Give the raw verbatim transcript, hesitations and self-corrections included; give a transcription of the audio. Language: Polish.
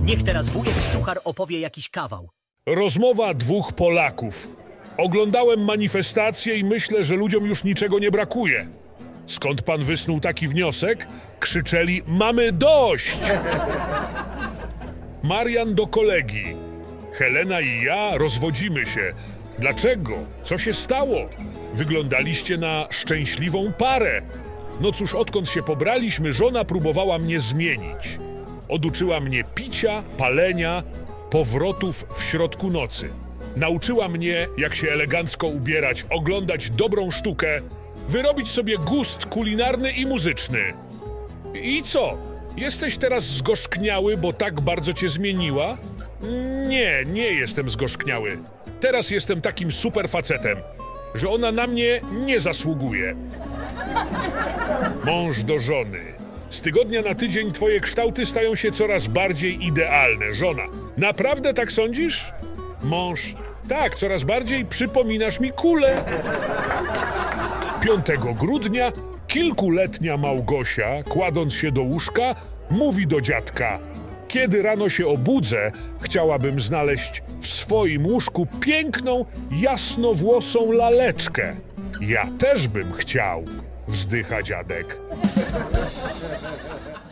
Niech teraz wujek Suchar opowie jakiś kawał. Rozmowa dwóch Polaków. Oglądałem manifestację i myślę, że ludziom już niczego nie brakuje. Skąd pan wysnuł taki wniosek? Krzyczeli: mamy dość! Marian do kolegi. Helena i ja rozwodzimy się. Dlaczego? Co się stało? Wyglądaliście na szczęśliwą parę. No cóż, odkąd się pobraliśmy, żona próbowała mnie zmienić. Oduczyła mnie picia, palenia, powrotów w środku nocy. Nauczyła mnie, jak się elegancko ubierać, oglądać dobrą sztukę, wyrobić sobie gust kulinarny i muzyczny. I co? Jesteś teraz zgorzkniały, bo tak bardzo cię zmieniła? Nie, nie jestem zgorzkniały. Teraz jestem takim super facetem, że ona na mnie nie zasługuje. Mąż do żony. Z tygodnia na tydzień twoje kształty stają się coraz bardziej idealne. Żona. Naprawdę tak sądzisz? Mąż. Tak, coraz bardziej przypominasz mi kulę. piątego grudnia kilkuletnia Małgosia, kładąc się do łóżka, mówi do dziadka: kiedy rano się obudzę, chciałabym znaleźć w swoim łóżku piękną, jasnowłosą laleczkę. Ja też bym chciał, wzdycha dziadek.